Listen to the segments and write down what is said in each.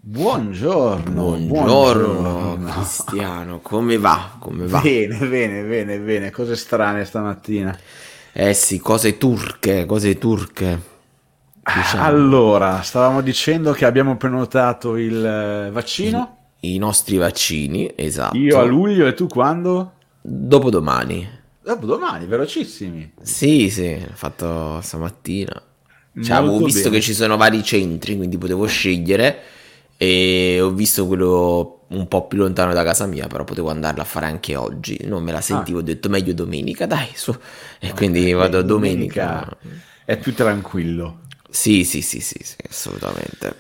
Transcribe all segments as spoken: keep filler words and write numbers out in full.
Buongiorno, Buongiorno buongiorno. Cristiano, come va? Come va? Bene, bene, bene, bene. Cose strane stamattina. Eh sì, cose turche, cose turche, diciamo. Allora, stavamo dicendo che abbiamo prenotato il eh, I, vaccino. i nostri vaccini, Io a esatto. luglio e tu quando? Dopodomani. Dopodomani, velocissimi. Sì, sì, l'ho fatto stamattina. Cioè, avevo Molto visto che bene. ci sono vari centri, quindi potevo scegliere. E ho visto quello un po' più lontano da casa mia, però potevo andarla a fare anche oggi. Non me la Ah, sentivo, ho detto meglio domenica, dai, su. E quindi ok. Beh, vado domenica. domenica è più tranquillo. Sì, sì, sì, sì, sì, assolutamente.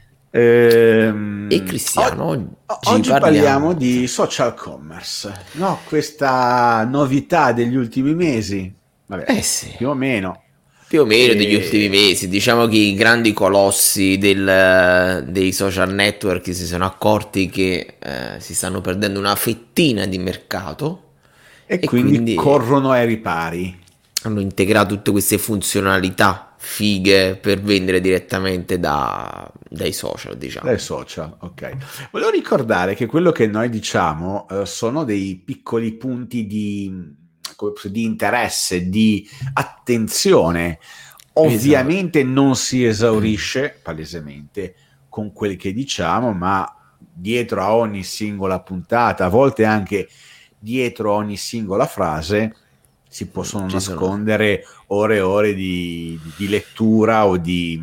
E Ehm, Cristiano, o- o- oggi oggi parliamo parliamo. di social commerce, no? Questa novità degli ultimi mesi, vabbè, Eh sì, più o meno. più o meno degli ultimi E- mesi. Diciamo che i grandi colossi del- dei social network si sono accorti che eh, si stanno perdendo una fettina di mercato E e quindi quindi corrono ai ripari hanno integrato tutte queste funzionalità fighe per vendere direttamente da- dai social, dai diciamo. social, ok. Volevo ricordare che quello che noi diciamo eh, sono dei piccoli punti di, come posso dire, di interesse, di attenzione. Esatto. Ovviamente non si esaurisce palesemente con quel che diciamo, ma dietro a ogni singola puntata, a volte anche dietro a ogni singola frase, si possono Ci sono. nascondere ore e ore di, di- di lettura o di,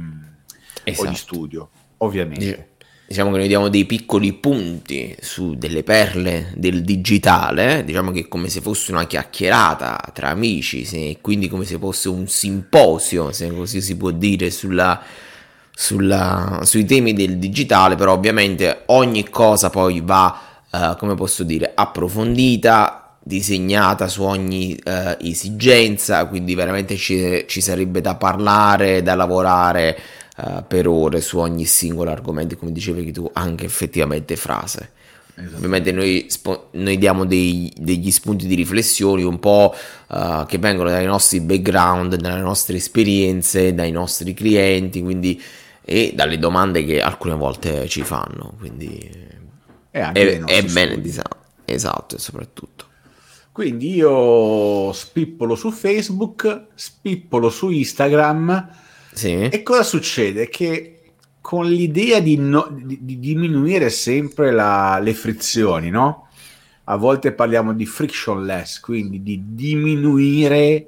o di Esatto. studio, Dic- ovviamente. Diciamo che noi diamo dei piccoli punti su delle perle del digitale, diciamo che è come se fosse una chiacchierata tra amici, se- quindi come se fosse un simposio, se così si può dire, sulla, sulla- sui temi del digitale, però ovviamente ogni cosa poi va, eh, come posso dire, approfondita, disegnata su ogni eh, esigenza, quindi veramente ci, ci sarebbe da parlare, da lavorare eh, per ore su ogni singolo argomento, come dicevi tu, anche effettivamente frase. Ovviamente Esattamente. noi, spo- noi diamo dei- degli spunti di riflessione un po' eh, che vengono dai nostri background, dalle nostre esperienze, dai nostri clienti, quindi, e dalle domande che alcune volte ci fanno. Quindi E anche dai è, è nostri bene, studi. diciamo, esatto, e soprattutto. Quindi io spippolo su Facebook, spippolo su Instagram Sì, e cosa succede? Che con l'idea di, no- di- di diminuire sempre la- le frizioni, no? A volte parliamo di frictionless, quindi di diminuire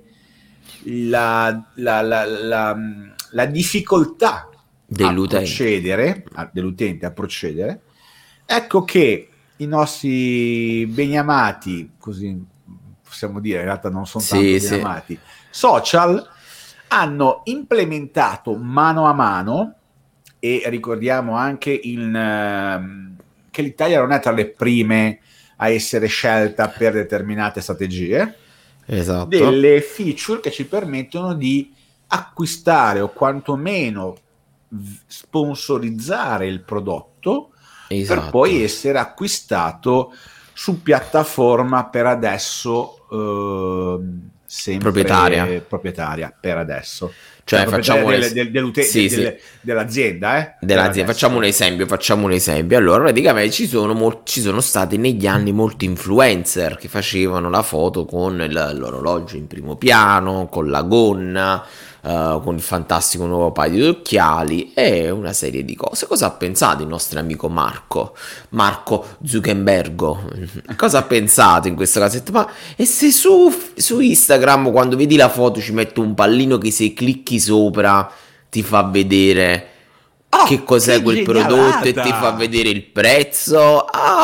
la, la- la- la- la difficoltà a dell'utente. procedere, a- dell'utente a procedere. Ecco che i nostri beniamati, così possiamo dire, in realtà non sono tanto Sì, sì, beniamati, social hanno implementato mano a mano, e ricordiamo anche in, ehm, che l'Italia non è tra le prime a essere scelta per determinate strategie, esatto, delle feature che ci permettono di acquistare o quantomeno v- sponsorizzare il prodotto per poi esatto. essere acquistato su piattaforma per adesso ehm, Proprietaria. sempre proprietaria per adesso, cioè Cioè, proprietaria facciamo un del- es- del- dell'ute- del- sì, sì, del- dell'azienda, eh, per dell'azienda. Facciamo un adesso. esempio, facciamo un esempio. Allora, praticamente ci sono, mol- ci sono stati negli anni molti influencer che facevano la foto con il- l'orologio in primo piano, con la gonna, eh, con il fantastico nuovo paio di occhiali e una serie di cose. Cosa ha pensato il nostro amico Marco? Marco Zuckerbergo. Cosa ha pensato in questo caso? Ha detto, ma e se su, su Instagram quando vedi la foto ci metto un pallino che se clicchi sopra ti fa vedere che Oh, cos'è che quel prodotto e ti fa genialata! vedere il prezzo?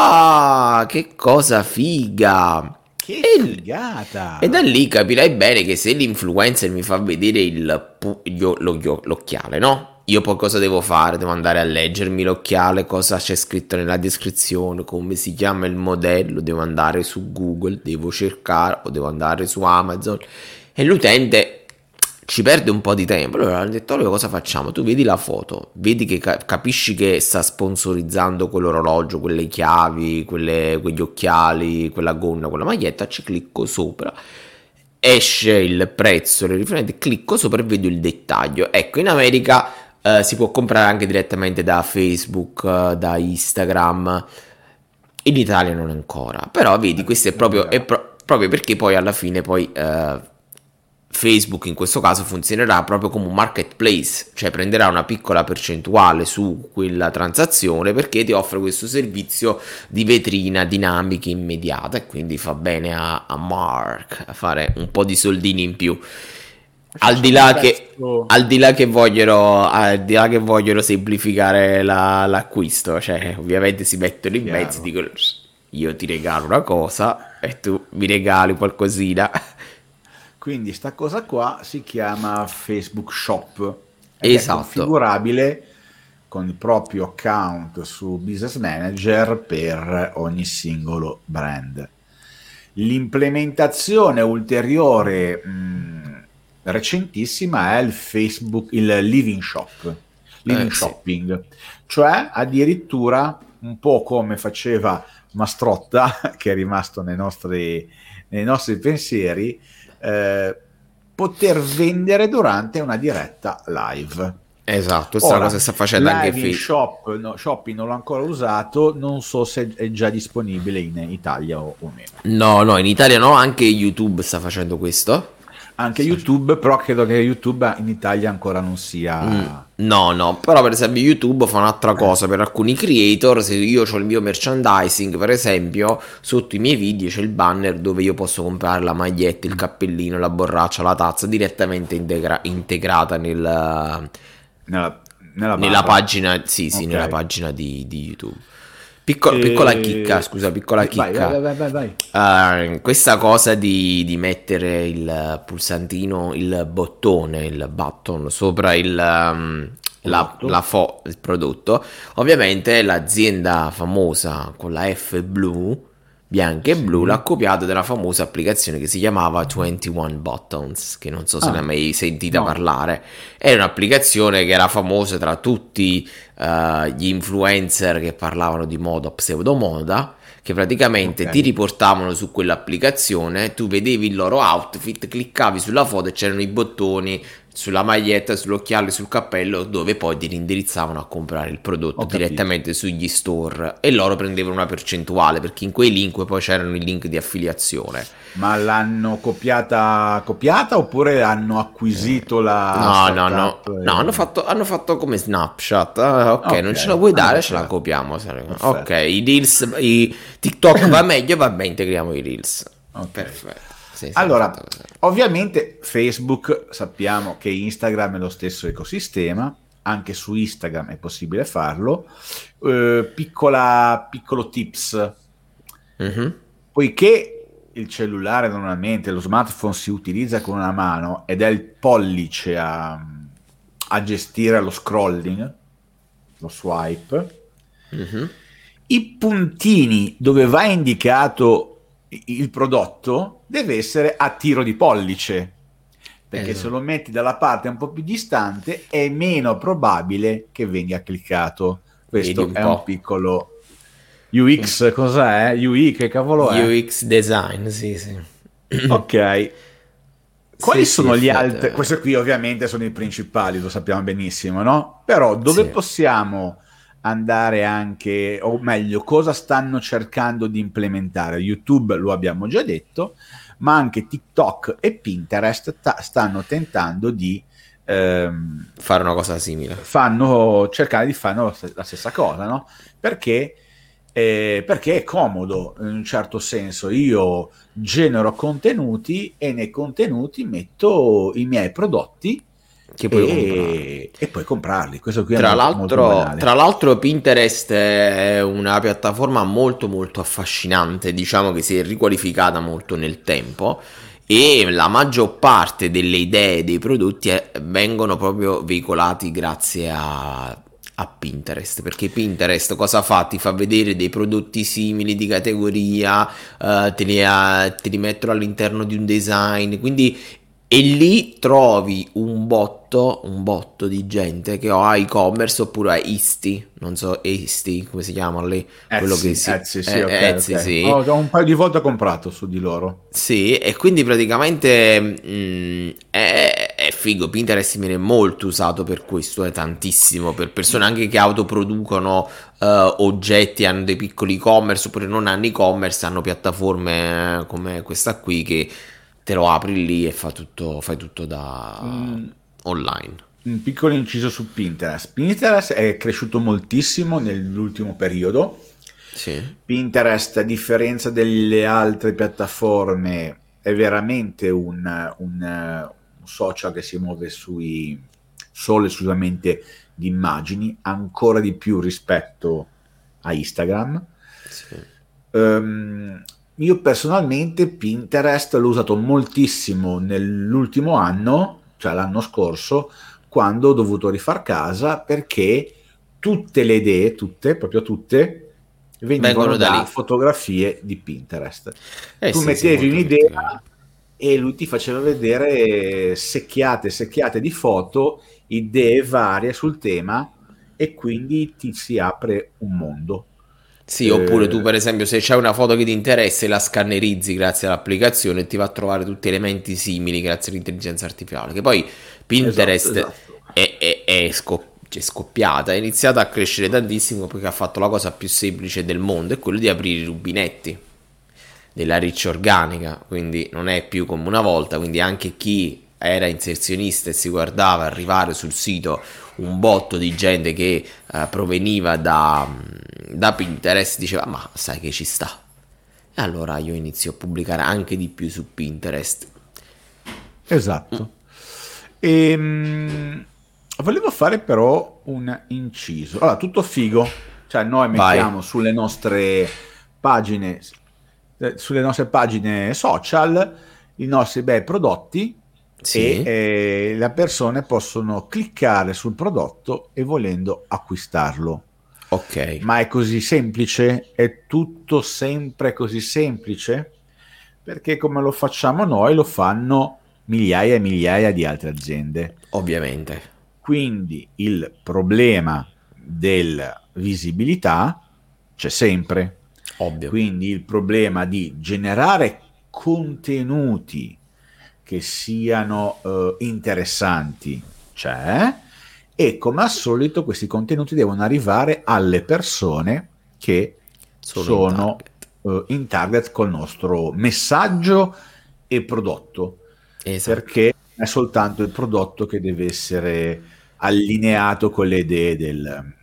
Ah, che cosa figa! Che E, l- e da figata! lì capirai bene che se l'influencer mi fa vedere il, pu- gli- lo- gli- l'occhiale, no? Io poi cosa devo fare? Devo andare a leggermi l'occhiale, cosa c'è scritto nella descrizione, come si chiama il modello, devo andare su Google, devo cercare o devo andare su Amazon e l'utente ci perde un po' di tempo. Allora hanno detto, allora cosa facciamo? Tu vedi la foto, vedi che ca- capisci che sta sponsorizzando quell'orologio, quelle chiavi, quelle- quegli occhiali, quella gonna, quella maglietta, ci clicco sopra. Esce il prezzo, le riferimenti, clicco sopra e vedo il dettaglio. Ecco, in America eh, si può comprare anche direttamente da Facebook, eh, da Instagram. In Italia non ancora, però vedi, questo è proprio, è pro- proprio perché poi alla fine poi eh, Facebook in questo caso funzionerà proprio come un marketplace, cioè prenderà una piccola percentuale su quella transazione perché ti offre questo servizio di vetrina dinamica immediata e quindi fa bene a, a Mark a fare un po' di soldini in più. Al di là che, al di là che vogliono, al di là che vogliono semplificare la- l'acquisto, cioè ovviamente si mettono in mezzo e Chiaro. dicono io ti regalo una cosa e tu mi regali qualcosina. Quindi sta cosa qua si chiama Facebook Shop ed è Esatto. configurabile con il proprio account su Business Manager per ogni singolo brand. L'implementazione ulteriore mh, recentissima è il Facebook, il Living Shop, Eh, Living sì. Shopping, cioè addirittura un po' come faceva Mastrotta, che è rimasto nei nostri, nei nostri pensieri, eh, poter vendere durante una diretta live. Esatto, questa è una cosa Ora, che sta facendo anche live in Facebook. shop, no, shopping non l'ho ancora usato, non so se è già disponibile in Italia o, o meno. No, no, in Italia no, anche YouTube sta facendo questo. Anche Sta- YouTube, però credo che YouTube in Italia ancora non Mm, sia... no, no, però per esempio YouTube fa un'altra cosa per alcuni creator, se io ho il mio merchandising, per esempio, sotto i miei video c'è il banner dove io posso comprare la maglietta, il cappellino, la borraccia, la tazza direttamente integra- integrata nel, nella, nella nella barra. pagina, sì, sì, nella Ok. pagina di, di YouTube. Picco- piccola chicca, E... scusa, piccola Vai, vai, chicca. vai, vai, vai. Eh, questa cosa di, di mettere il pulsantino, il bottone, il button sopra il, um, la, Prodotto. la fo- il prodotto, ovviamente l'azienda famosa con la F blu, bianca e blu, l'ha Sì. copiato dalla famosa applicazione che si chiamava ventuno Buttons, che non so se ne hai Ah, mai sentita no. parlare. È un'applicazione che era famosa tra tutti eh, gli influencer che parlavano di moda o pseudomoda, che praticamente Ok. ti riportavano su quell'applicazione, tu vedevi il loro outfit, cliccavi sulla foto e c'erano i bottoni sulla maglietta, sull'occhiale, sul cappello, dove poi ti indirizzavano a comprare il prodotto Ho capito. direttamente sugli store e loro prendevano una percentuale perché in quei link poi c'erano i link di affiliazione. Ma l'hanno copiata, copiata oppure hanno acquisito la No, no, no, startup? no, hanno e- fatto, hanno fatto come Snapchat. Ah, ok, non ce la Ok, vuoi hanno dare, ce la copiato. copiamo. se ne- Ok, Perfetto. i Reels, i TikTok va meglio, vabbè, integriamo i Reels. Ok. Perfetto. Sì, sì, hanno Allora, fatto così. ovviamente Facebook sappiamo che Instagram è lo stesso ecosistema, anche su Instagram è possibile farlo. Eh, piccola, piccolo tips, Mhm. poiché il cellulare normalmente, lo smartphone si utilizza con una mano ed è il pollice a, a gestire lo scrolling, lo swipe, Mhm. i puntini dove va indicato il prodotto deve essere a tiro di pollice, perché Esatto. se lo metti dalla parte un po' più distante è meno probabile che venga cliccato. Vedi Questo un è un po'. piccolo U X, cos'è? U I, che cavolo è? U X design, sì, sì. Ok. Sì, Quali sì, sono gli effetti. altri? Questi qui ovviamente sono i principali, lo sappiamo benissimo, no? Però dove Sì. possiamo andare anche, o meglio, cosa stanno cercando di implementare? YouTube lo abbiamo già detto, ma anche TikTok e Pinterest ta- stanno tentando di ehm, Fare una cosa simile. fanno, cercare di fare la, la stessa cosa, no? Perché, eh, perché è comodo in un certo senso. Io genero contenuti e nei contenuti metto i miei prodotti Che puoi comprare. e, e poi comprarli. Questo qui è Tra molto, molto l'altro, banale. tra l'altro Pinterest è una piattaforma molto molto affascinante, diciamo che si è riqualificata molto nel tempo e la maggior parte delle idee dei prodotti eh, vengono proprio veicolati grazie a, a Pinterest, perché Pinterest cosa fa? Ti fa vedere dei prodotti simili di categoria, eh, te li, ha- te li mettono all'interno di un design, quindi e lì trovi un botto, un botto di gente che ha e-commerce oppure ha Isti, non so, Isti, come si chiama lì? Quello Etsy, che si... Etsy, sì, eh, ok, Etsy, ok. sì. Ho, ho un paio di volte comprato su di loro. Sì, e quindi praticamente mh, è, è figo. Pinterest viene molto usato per questo, è tantissimo, per persone anche che autoproducono uh, oggetti, hanno dei piccoli e-commerce oppure non hanno e-commerce, hanno piattaforme eh, come questa qui che te lo apri lì e fa tutto, fai tutto da Mm, online. un piccolo inciso su Pinterest. Pinterest è cresciuto moltissimo nell'ultimo periodo. Sì, Pinterest, a differenza delle altre piattaforme, è veramente un, un, eh, un social che si muove sui, solo e esclusivamente di immagini, ancora di più rispetto a Instagram. sì. Ehm, io personalmente Pinterest l'ho usato moltissimo nell'ultimo anno, cioè l'anno scorso, quando ho dovuto rifar casa perché tutte le idee, tutte, proprio tutte, venivano Vengono da da lì. fotografie di Pinterest. Eh Tu sì, sì, mettevi molto un'idea praticamente. e lui ti faceva vedere secchiate, secchiate di foto, idee varie sul tema e quindi ti si apre un mondo. Sì, oppure tu Eh, per esempio se c'è una foto che ti interessa e la scannerizzi grazie all'applicazione e ti va a trovare tutti elementi simili grazie all'intelligenza artificiale, che poi esatto, Pinterest esatto. è, è- è scop- cioè, scoppiata, è iniziata a crescere tantissimo perché ha fatto la cosa più semplice del mondo, è quello di aprire i rubinetti della riccia organica, quindi non è più come una volta, quindi anche chi era inserzionista e si guardava arrivare sul sito un botto di gente che eh, proveniva da, da Pinterest diceva ma sai che ci sta, e allora io inizio a pubblicare anche di più su Pinterest. Esatto. Ehm, volevo fare però un inciso. Allora, tutto figo, cioè noi Vai. mettiamo sulle nostre pagine, eh, sulle nostre pagine social i nostri bei prodotti e Sì, eh, le persone possono cliccare sul prodotto e volendo acquistarlo. ok. Ma è così semplice? È tutto sempre così semplice? Perché come lo facciamo noi, lo fanno migliaia e migliaia di altre aziende. Ovviamente, Quindi il problema della visibilità c'è sempre. ovvio. Quindi il problema di generare contenuti che siano eh, interessanti c'è, e come al solito questi contenuti devono arrivare alle persone che Sono in sono target. eh, in target col nostro messaggio e prodotto, Esatto. perché è soltanto il prodotto che deve essere allineato con le idee del,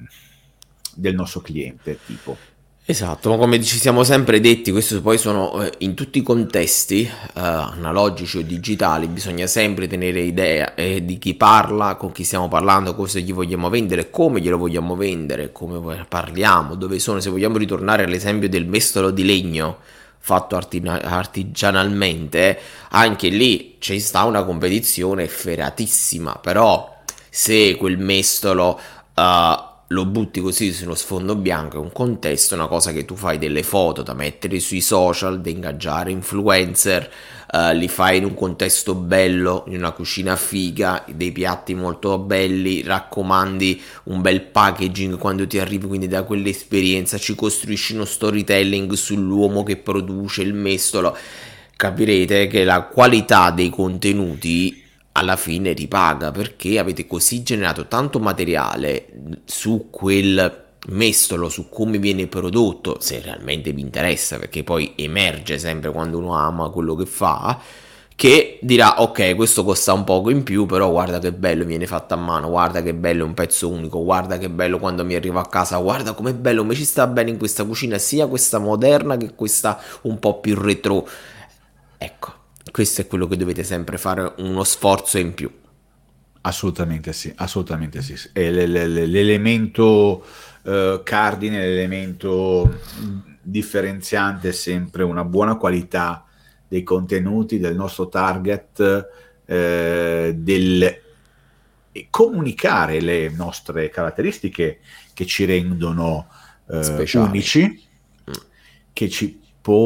del nostro cliente, tipo. Esatto, ma come ci siamo sempre detti, questo poi sono eh, in tutti i contesti, eh, analogici o digitali, bisogna sempre tenere idea eh, di chi parla, con chi stiamo parlando, cosa gli vogliamo vendere, come glielo vogliamo vendere, come vo- parliamo, dove sono. Se vogliamo ritornare all'esempio del mestolo di legno fatto arti- artigianalmente, anche lì ci sta una competizione efferatissima, però se quel mestolo uh, lo butti così sullo sfondo bianco, è un contesto, è una cosa che tu fai delle foto da mettere sui social, da ingaggiare influencer, uh, li fai in un contesto bello, in una cucina figa, dei piatti molto belli, raccomandi un bel packaging quando ti arrivi, quindi da quell'esperienza ci costruisci uno storytelling sull'uomo che produce il mestolo, capirete che la qualità dei contenuti alla fine ripaga perché avete così generato tanto materiale su quel mestolo, su come viene prodotto, se realmente vi interessa, perché poi emerge sempre quando uno ama quello che fa, che dirà ok, questo costa un poco in più, però guarda che bello, viene fatto a mano, guarda che bello, è un pezzo unico, guarda che bello quando mi arrivo a casa, guarda com'è bello, mi ci sta bene in questa cucina, sia questa moderna che questa un po' più retro. Ecco, questo è quello che dovete sempre fare, uno sforzo in più. Assolutamente sì, assolutamente sì. È l- l- l'elemento eh, cardine, l'elemento differenziante è sempre una buona qualità dei contenuti del nostro target, eh, del e comunicare le nostre caratteristiche che ci rendono eh, Speciali. unici, Mm, che ci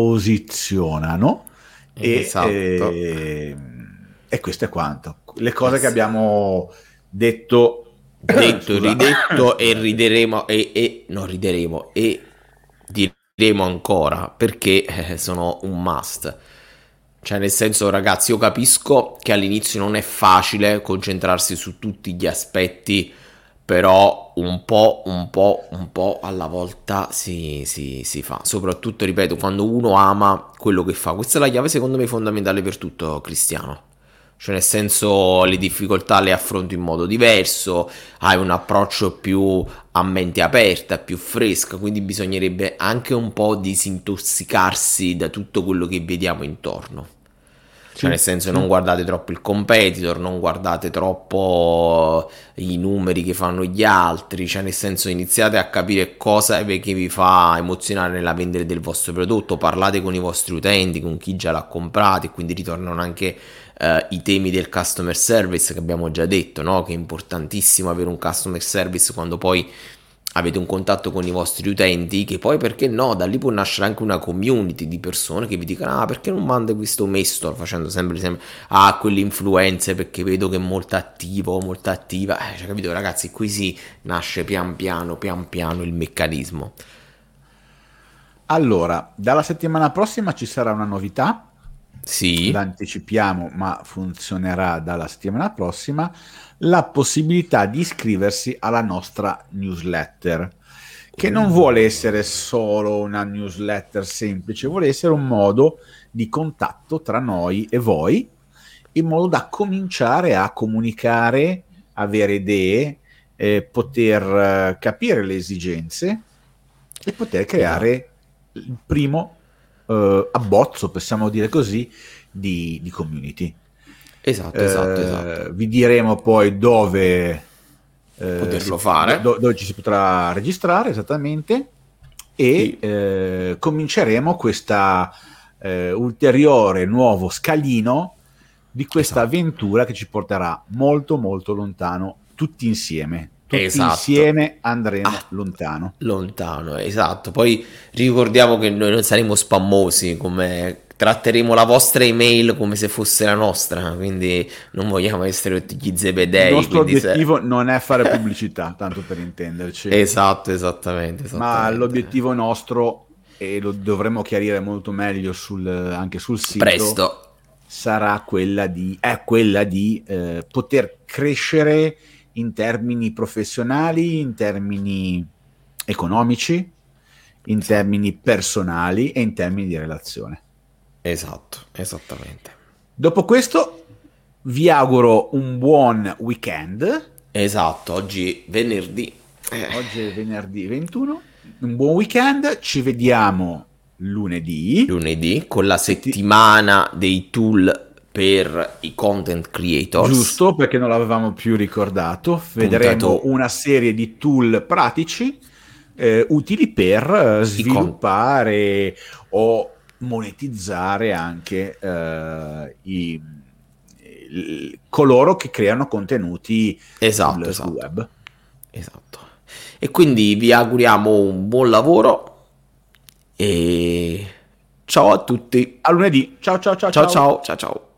posizionano e, esatto. eh, e questo è quanto. Le Eh cose che sì. abbiamo detto, Detto, scusa, ridetto e scusate. rideremo e, e non rideremo e diremo ancora perché eh, sono un must. Cioè, nel senso, ragazzi, io capisco che all'inizio non è facile concentrarsi su tutti gli aspetti, però un po', un po', un po' alla volta si, si, si fa. Soprattutto, ripeto, quando uno ama quello che fa. Questa è la chiave, secondo me, fondamentale per tutto, Cristiano. Cioè, nel senso, le difficoltà le affronti in modo diverso, hai un approccio più a mente aperta, più fresca, quindi bisognerebbe anche un po' disintossicarsi da tutto quello che vediamo intorno. Cioè, nel Sì, senso, non sì. guardate troppo il competitor, non guardate troppo i numeri che fanno gli altri, cioè, nel senso, iniziate a capire cosa è che vi fa emozionare nella vendita del vostro prodotto, parlate con i vostri utenti, con chi già l'ha comprato, e quindi ritornano anche eh, i temi del customer service che abbiamo già detto, no? Che è importantissimo avere un customer service quando poi avete un contatto con i vostri utenti, che poi, perché no, da lì può nascere anche una community di persone che vi dicono: ah, perché non manda questo mesto, facendo sempre sempre ah, quell'influencer, perché vedo che è molto attivo, molto attiva, eh, cioè, capito, ragazzi, qui si nasce pian piano pian piano il meccanismo. Allora, dalla settimana prossima ci sarà una novità, Sì, l'anticipiamo, ma funzionerà dalla settimana prossima, la possibilità di iscriversi alla nostra newsletter, che non vuole essere solo una newsletter semplice, vuole essere un modo di contatto tra noi e voi, in modo da cominciare a comunicare, avere idee, eh, poter eh, capire le esigenze e poter esatto, creare il primo eh, abbozzo, possiamo dire così, di, di community. esatto, esatto, Eh, esatto. vi diremo poi dove, eh, Poterlo si- do- fare. do- dove ci si potrà registrare esattamente e Sì, eh, cominceremo questa eh, ulteriore nuovo scalino di questa esatto, avventura che ci porterà molto molto lontano tutti insieme. Tutti esatto. insieme andremo Ah, lontano. lontano, esatto. Poi ricordiamo che noi non saremo spammosi, come tratteremo la vostra email come se fosse la nostra, quindi non vogliamo essere tutti gli Il zebedei, nostro quindi se... obiettivo non è fare pubblicità, tanto per intenderci, Esatto, esattamente, ma esattamente. l'obiettivo nostro, e lo dovremo chiarire molto meglio sul- anche sul Presto. sito, sarà quella di, è quella di eh, poter crescere in termini professionali, in termini economici, in Esatto, termini personali e in termini di relazione. esatto, esattamente. Dopo questo vi auguro un buon weekend. Esatto, oggi venerdì. Eh, Oggi è venerdì ventuno, un buon weekend, ci vediamo lunedì. lunedì con la E ti- settimana dei tool per i content creators. Giusto, perché non l'avevamo più ricordato, vedremo Puntato una serie di tool pratici eh, utili per eh, i con... sviluppare o monetizzare anche eh, i- il- coloro che creano contenuti Esatto, sul, sul esatto, web. esatto. E quindi vi auguriamo un buon lavoro e ciao a tutti. A lunedì, ciao ciao ciao Ciao ciao. ciao, ciao ciao.